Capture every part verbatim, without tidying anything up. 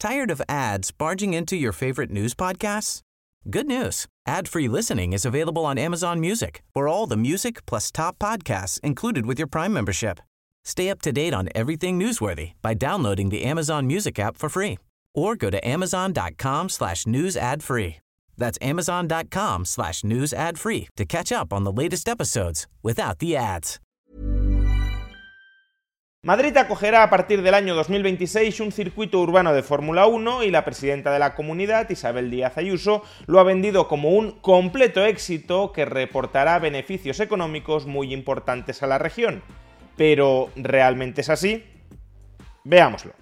Tired of ads barging into your favorite news podcasts? Good news. Ad-free listening is available on Amazon Music for all the music plus top podcasts included with your Prime membership. Stay up to date on everything newsworthy by downloading the Amazon Music app for free or go to amazon.com slash news ad free. That's amazon.com slash news ad free to catch up on the latest episodes without the ads. Madrid acogerá a partir del año dos mil veintiséis un circuito urbano de Fórmula uno y la presidenta de la comunidad, Isabel Díaz Ayuso, lo ha vendido como un completo éxito que reportará beneficios económicos muy importantes a la región. ¿Pero realmente es así? Veámoslo.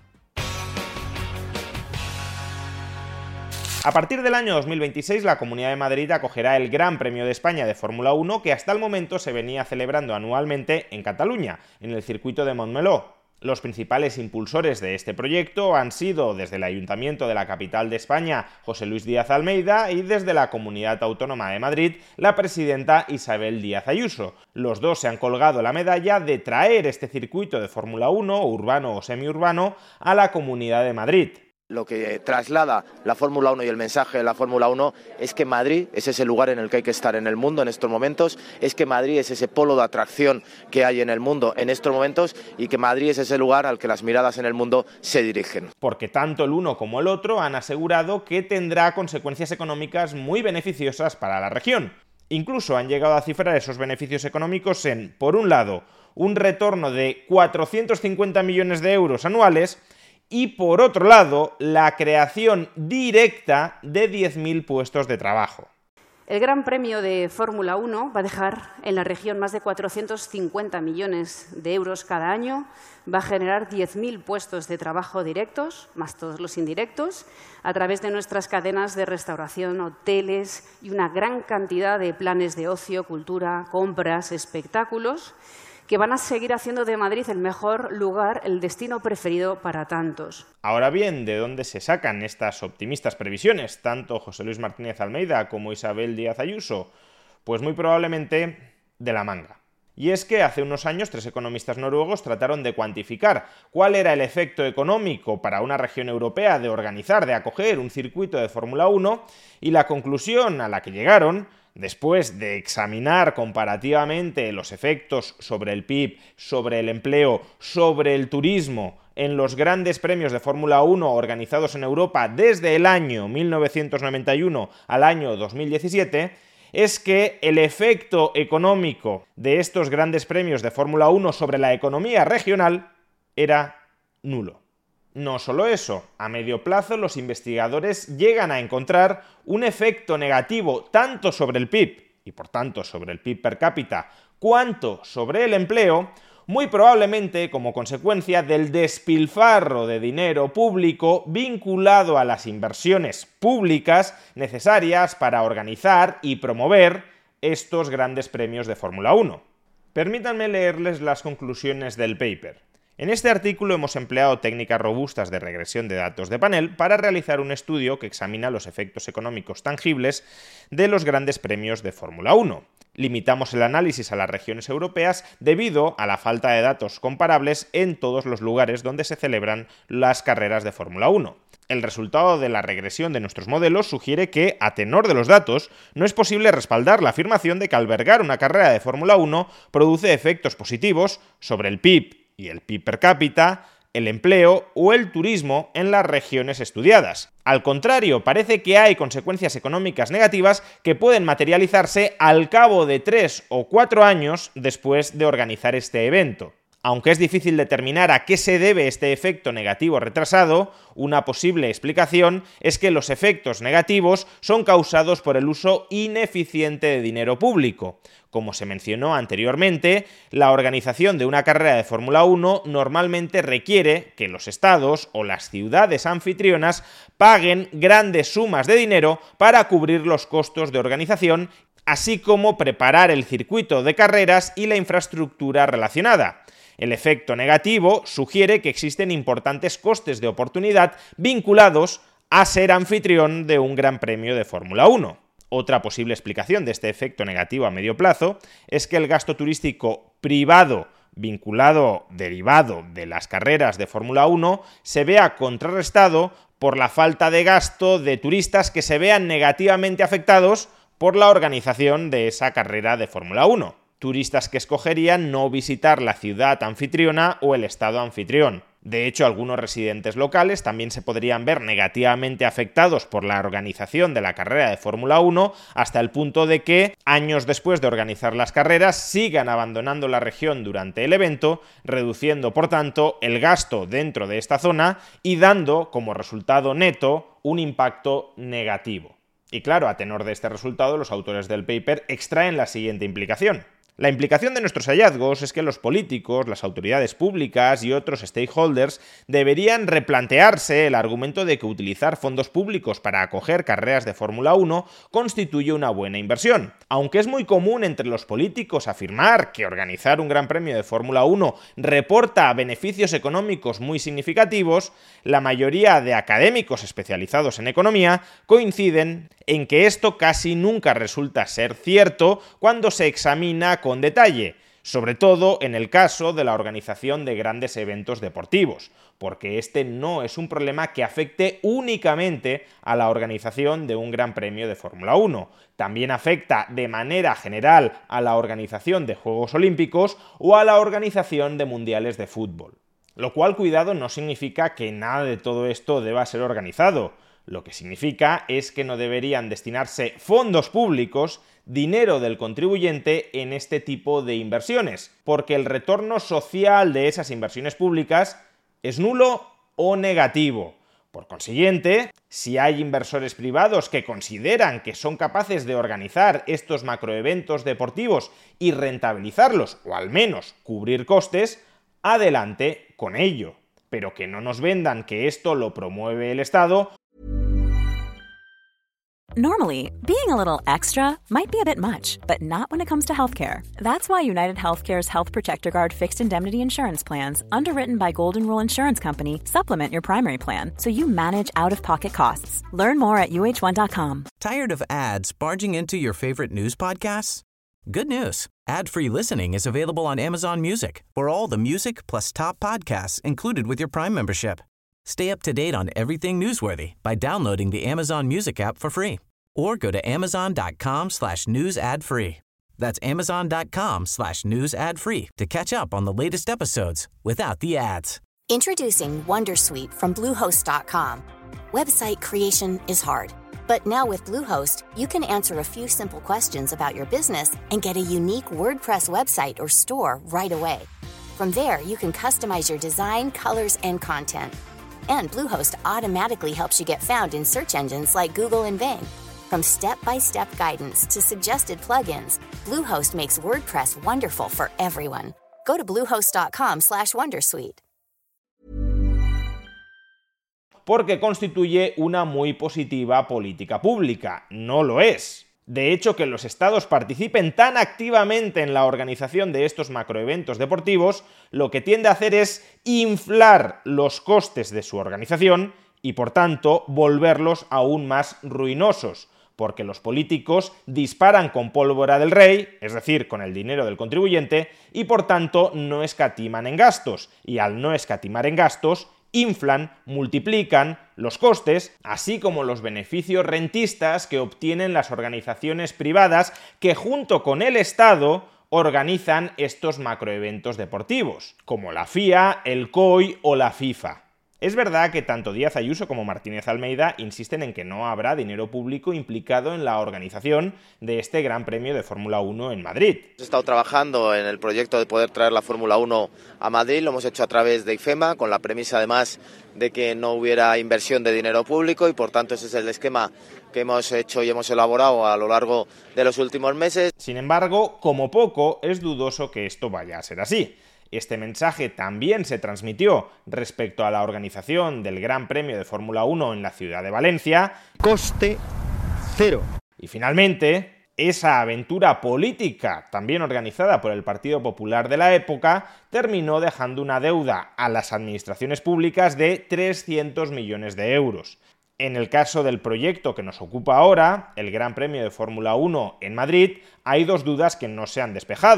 A partir del año dos mil veintiséis, la Comunidad de Madrid acogerá el Gran Premio de España de Fórmula uno que hasta el momento se venía celebrando anualmente en Cataluña, en el circuito de Montmeló. Los principales impulsores de este proyecto han sido, desde el Ayuntamiento de la capital de España, José Luis Díaz Almeida, y desde la Comunidad Autónoma de Madrid, la presidenta Isabel Díaz Ayuso. Los dos se han colgado la medalla de traer este circuito de Fórmula uno, urbano o semiurbano, a la Comunidad de Madrid. Lo que traslada la Fórmula uno y el mensaje de la Fórmula uno es que Madrid es ese lugar en el que hay que estar en el mundo en estos momentos, es que Madrid es ese polo de atracción que hay en el mundo en estos momentos y que Madrid es ese lugar al que las miradas en el mundo se dirigen. Porque tanto el uno como el otro han asegurado que tendrá consecuencias económicas muy beneficiosas para la región. Incluso han llegado a cifrar esos beneficios económicos en, por un lado, un retorno de cuatrocientos cincuenta millones de euros anuales, y por otro lado, la creación directa de diez mil puestos de trabajo. El Gran Premio de Fórmula uno va a dejar en la región más de cuatrocientos cincuenta millones de euros cada año, va a generar diez mil puestos de trabajo directos, más todos los indirectos, a través de nuestras cadenas de restauración, hoteles y una gran cantidad de planes de ocio, cultura, compras, espectáculos, que van a seguir haciendo de Madrid el mejor lugar, el destino preferido para tantos. Ahora bien, ¿de dónde se sacan estas optimistas previsiones, tanto José Luis Martínez Almeida como Isabel Díaz Ayuso? Pues muy probablemente de la manga. Y es que hace unos años tres economistas noruegos trataron de cuantificar cuál era el efecto económico para una región europea de organizar, de acoger un circuito de Fórmula uno, y la conclusión a la que llegaron, después de examinar comparativamente los efectos sobre el P I B, sobre el empleo, sobre el turismo en los grandes premios de Fórmula uno organizados en Europa desde el año mil novecientos noventa y uno al año dos mil diecisiete, es que el efecto económico de estos grandes premios de Fórmula uno sobre la economía regional era nulo. No solo eso, a medio plazo los investigadores llegan a encontrar un efecto negativo tanto sobre el P I B, y por tanto sobre el P I B per cápita, cuanto sobre el empleo, muy probablemente como consecuencia del despilfarro de dinero público vinculado a las inversiones públicas necesarias para organizar y promover estos grandes premios de Fórmula uno. Permítanme leerles las conclusiones del paper. En este artículo hemos empleado técnicas robustas de regresión de datos de panel para realizar un estudio que examina los efectos económicos tangibles de los grandes premios de Fórmula uno. Limitamos el análisis a las regiones europeas debido a la falta de datos comparables en todos los lugares donde se celebran las carreras de Fórmula uno. El resultado de la regresión de nuestros modelos sugiere que, a tenor de los datos, no es posible respaldar la afirmación de que albergar una carrera de Fórmula uno produce efectos positivos sobre el P I B y el P I B per cápita, el empleo o el turismo en las regiones estudiadas. Al contrario, parece que hay consecuencias económicas negativas que pueden materializarse al cabo de tres o cuatro años después de organizar este evento. Aunque es difícil determinar a qué se debe este efecto negativo retrasado, una posible explicación es que los efectos negativos son causados por el uso ineficiente de dinero público. Como se mencionó anteriormente, la organización de una carrera de Fórmula uno normalmente requiere que los estados o las ciudades anfitrionas paguen grandes sumas de dinero para cubrir los costos de organización, así como preparar el circuito de carreras y la infraestructura relacionada. El efecto negativo sugiere que existen importantes costes de oportunidad vinculados a ser anfitrión de un gran premio de Fórmula uno. Otra posible explicación de este efecto negativo a medio plazo es que el gasto turístico privado vinculado, derivado de las carreras de Fórmula uno, se vea contrarrestado por la falta de gasto de turistas que se vean negativamente afectados por la organización de esa carrera de Fórmula uno. Turistas que escogerían no visitar la ciudad anfitriona o el estado anfitrión. De hecho, algunos residentes locales también se podrían ver negativamente afectados por la organización de la carrera de Fórmula uno, hasta el punto de que, años después de organizar las carreras, sigan abandonando la región durante el evento, reduciendo, por tanto, el gasto dentro de esta zona y dando, como resultado neto, un impacto negativo. Y claro, a tenor de este resultado, los autores del paper extraen la siguiente implicación. La implicación de nuestros hallazgos es que los políticos, las autoridades públicas y otros stakeholders deberían replantearse el argumento de que utilizar fondos públicos para acoger carreras de Fórmula uno constituye una buena inversión. Aunque es muy común entre los políticos afirmar que organizar un gran premio de Fórmula uno reporta beneficios económicos muy significativos, la mayoría de académicos especializados en economía coinciden en que esto casi nunca resulta ser cierto cuando se examina con detalle, sobre todo en el caso de la organización de grandes eventos deportivos, porque este no es un problema que afecte únicamente a la organización de un gran premio de Fórmula uno, también afecta de manera general a la organización de Juegos Olímpicos o a la organización de mundiales de fútbol. Lo cual, cuidado, no significa que nada de todo esto deba ser organizado. Lo que significa es que no deberían destinarse fondos públicos, dinero del contribuyente, en este tipo de inversiones, porque el retorno social de esas inversiones públicas es nulo o negativo. Por consiguiente, si hay inversores privados que consideran que son capaces de organizar estos macroeventos deportivos y rentabilizarlos, o al menos cubrir costes, adelante con ello. Pero que no nos vendan que esto lo promueve el Estado. Normally, being a little extra might be a bit much, but not when it comes to healthcare. That's why United Healthcare's Health Protector Guard fixed indemnity insurance plans, underwritten by Golden Rule Insurance Company, supplement your primary plan so you manage out-of-pocket costs. Learn more at U H one dot com. Tired of ads barging into your favorite news podcasts? Good news. Ad-free listening is available on Amazon Music for all the music plus top podcasts included with your Prime membership. Stay up to date on everything newsworthy by downloading the Amazon Music app for free or go to amazon.com slash news ad free. That's amazon.com slash news ad free to catch up on the latest episodes without the ads. Introducing Wondersuite from Bluehost dot com. Website creation is hard, but now with Bluehost, you can answer a few simple questions about your business and get a unique WordPress website or store right away. From there, you can customize your design, colors, and content. And Bluehost automatically helps you get found in search engines like Google and Bing. From step-by-step guidance to suggested plugins, Bluehost makes WordPress wonderful for everyone. Go to bluehost dot com slash wondersuite. Porque constituye una muy positiva política pública. No lo es. De hecho, que los estados participen tan activamente en la organización de estos macroeventos deportivos, lo que tiende a hacer es inflar los costes de su organización y, por tanto, volverlos aún más ruinosos, porque los políticos disparan con pólvora del rey, es decir, con el dinero del contribuyente, y por tanto no escatiman en gastos, y al no escatimar en gastos, inflan, multiplican los costes, así como los beneficios rentistas que obtienen las organizaciones privadas que junto con el Estado organizan estos macroeventos deportivos, como la F I A, el C O I o la FIFA. Es verdad que tanto Díaz Ayuso como Martínez Almeida insisten en que no habrá dinero público implicado en la organización de este Gran Premio de Fórmula uno en Madrid. Hemos estado trabajando en el proyecto de poder traer la Fórmula uno a Madrid, lo hemos hecho a través de IFEMA, con la premisa además de que no hubiera inversión de dinero público y por tanto ese es el esquema que hemos hecho y hemos elaborado a lo largo de los últimos meses. Sin embargo, como poco, es dudoso que esto vaya a ser así. Este mensaje también se transmitió respecto a la organización del Gran Premio de Fórmula uno en la ciudad de Valencia. Coste cero. Y finalmente, esa aventura política, también organizada por el Partido Popular de la época, terminó dejando una deuda a las administraciones públicas de trescientos millones de euros. En el caso del proyecto que nos ocupa ahora, el Gran Premio de Fórmula uno en Madrid, hay dos dudas que no se han despejado.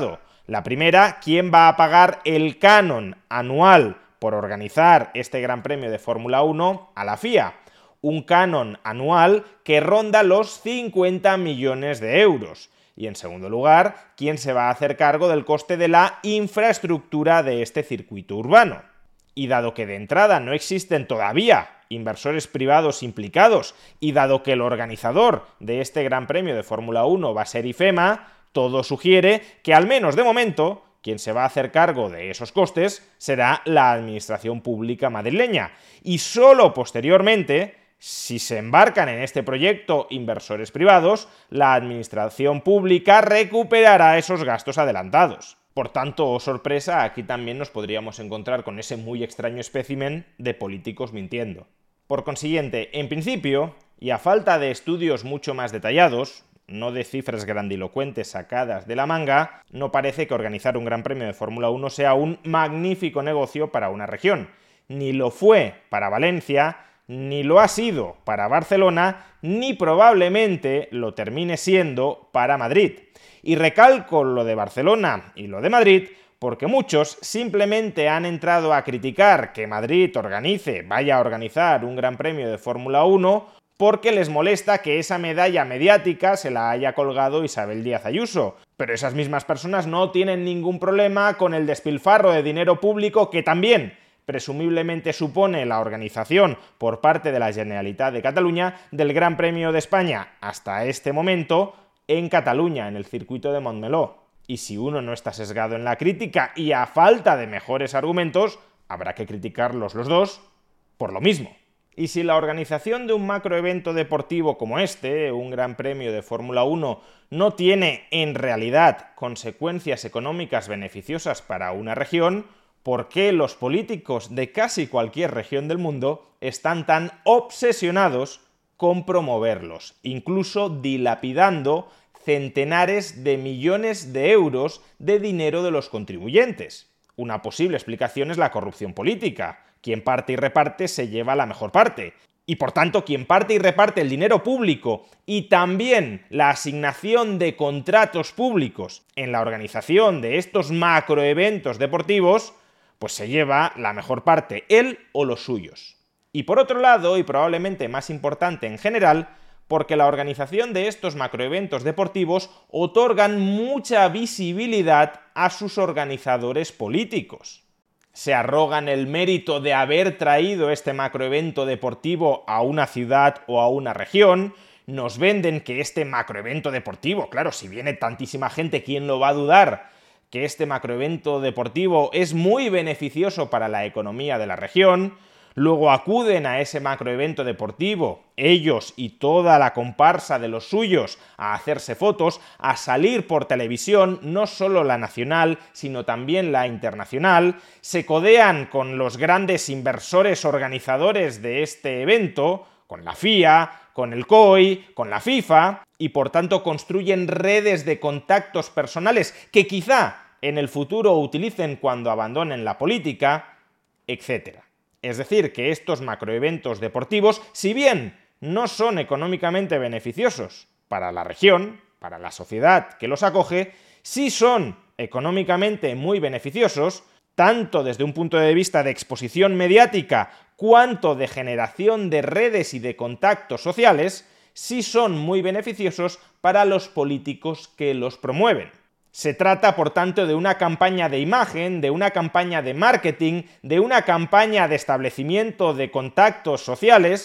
La primera, ¿quién va a pagar el canon anual por organizar este Gran Premio de Fórmula uno a la F I A? Un canon anual que ronda los cincuenta millones de euros. Y en segundo lugar, ¿quién se va a hacer cargo del coste de la infraestructura de este circuito urbano? Y dado que de entrada no existen todavía inversores privados implicados, y dado que el organizador de este Gran Premio de Fórmula uno va a ser IFEMA, todo sugiere que al menos de momento quien se va a hacer cargo de esos costes será la administración pública madrileña. Y solo posteriormente, si se embarcan en este proyecto inversores privados, la administración pública recuperará esos gastos adelantados. Por tanto, oh sorpresa, aquí también nos podríamos encontrar con ese muy extraño espécimen de políticos mintiendo. Por consiguiente, en principio, y a falta de estudios mucho más detallados, no de cifras grandilocuentes sacadas de la manga, no parece que organizar un Gran Premio de Fórmula uno sea un magnífico negocio para una región. Ni lo fue para Valencia, ni lo ha sido para Barcelona, ni probablemente lo termine siendo para Madrid. Y recalco lo de Barcelona y lo de Madrid porque muchos simplemente han entrado a criticar que Madrid organice, vaya a organizar un Gran Premio de Fórmula uno porque les molesta que esa medalla mediática se la haya colgado Isabel Díaz Ayuso. Pero esas mismas personas no tienen ningún problema con el despilfarro de dinero público que también presumiblemente supone la organización por parte de la Generalitat de Cataluña del Gran Premio de España hasta este momento en Cataluña, en el circuito de Montmeló. Y si uno no está sesgado en la crítica y a falta de mejores argumentos, habrá que criticarlos los dos por lo mismo. Y si la organización de un macroevento deportivo como este, un Gran Premio de Fórmula uno, no tiene en realidad consecuencias económicas beneficiosas para una región, ¿por qué los políticos de casi cualquier región del mundo están tan obsesionados con promoverlos, incluso dilapidando centenares de millones de euros de dinero de los contribuyentes? Una posible explicación es la corrupción política. Quien parte y reparte se lleva la mejor parte. Y por tanto, quien parte y reparte el dinero público y también la asignación de contratos públicos en la organización de estos macroeventos deportivos, pues se lleva la mejor parte, él o los suyos. Y por otro lado, y probablemente más importante en general, porque la organización de estos macroeventos deportivos otorgan mucha visibilidad a sus organizadores políticos. Se arrogan el mérito de haber traído este macroevento deportivo a una ciudad o a una región, nos venden que este macroevento deportivo, claro, si viene tantísima gente, ¿quién lo va a dudar? Que este macroevento deportivo es muy beneficioso para la economía de la región. Luego acuden a ese macroevento deportivo, ellos y toda la comparsa de los suyos, a hacerse fotos, a salir por televisión, no solo la nacional, sino también la internacional, se codean con los grandes inversores organizadores de este evento, con la F I A, con el C O I, con la FIFA, y por tanto construyen redes de contactos personales que quizá en el futuro utilicen cuando abandonen la política, etcétera. Es decir, que estos macroeventos deportivos, si bien no son económicamente beneficiosos para la región, para la sociedad que los acoge, sí son económicamente muy beneficiosos, tanto desde un punto de vista de exposición mediática, cuanto de generación de redes y de contactos sociales, sí son muy beneficiosos para los políticos que los promueven. Se trata, por tanto, de una campaña de imagen, de una campaña de marketing, de una campaña de establecimiento de contactos sociales,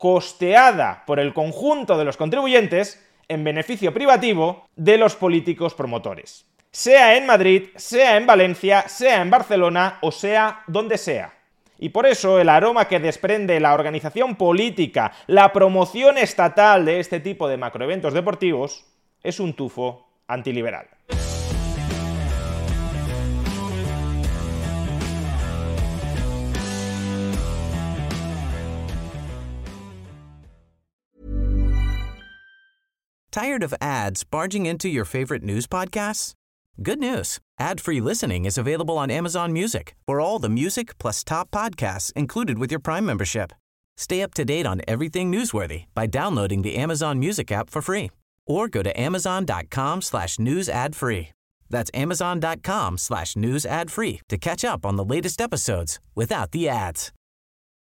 costeada por el conjunto de los contribuyentes en beneficio privativo de los políticos promotores. Sea en Madrid, sea en Valencia, sea en Barcelona o sea donde sea. Y por eso el aroma que desprende la organización política, la promoción estatal de este tipo de macroeventos deportivos, es un tufo antiliberal. Tired of ads barging into your favorite news podcasts? Good news. Ad-free listening is available on Amazon Music for all the music plus top podcasts included with your Prime membership. Stay up to date on everything newsworthy by downloading the Amazon Music app for free or go to amazon.com slash news ad free. That's amazon.com slash news ad free to catch up on the latest episodes without the ads.